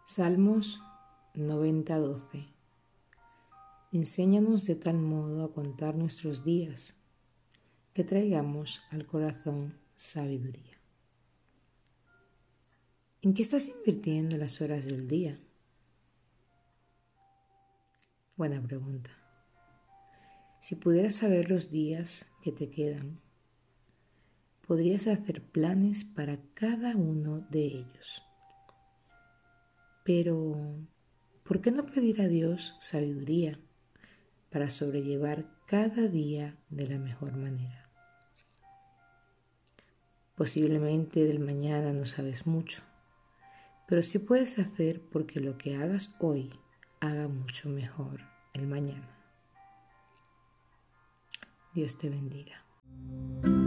Salmos 90:12. Enséñanos de tal modo a contar nuestros días, que traigamos al corazón sabiduría. ¿En qué estás invirtiendo las horas del día? Buena pregunta. Si pudieras saber los días que te quedan, podrías hacer planes para cada uno de ellos. Pero, ¿por qué no pedir a Dios sabiduría para sobrellevar cada día de la mejor manera? Posiblemente del mañana no sabes mucho, pero sí puedes hacer porque lo que hagas hoy haga mucho mejor el mañana. Dios te bendiga.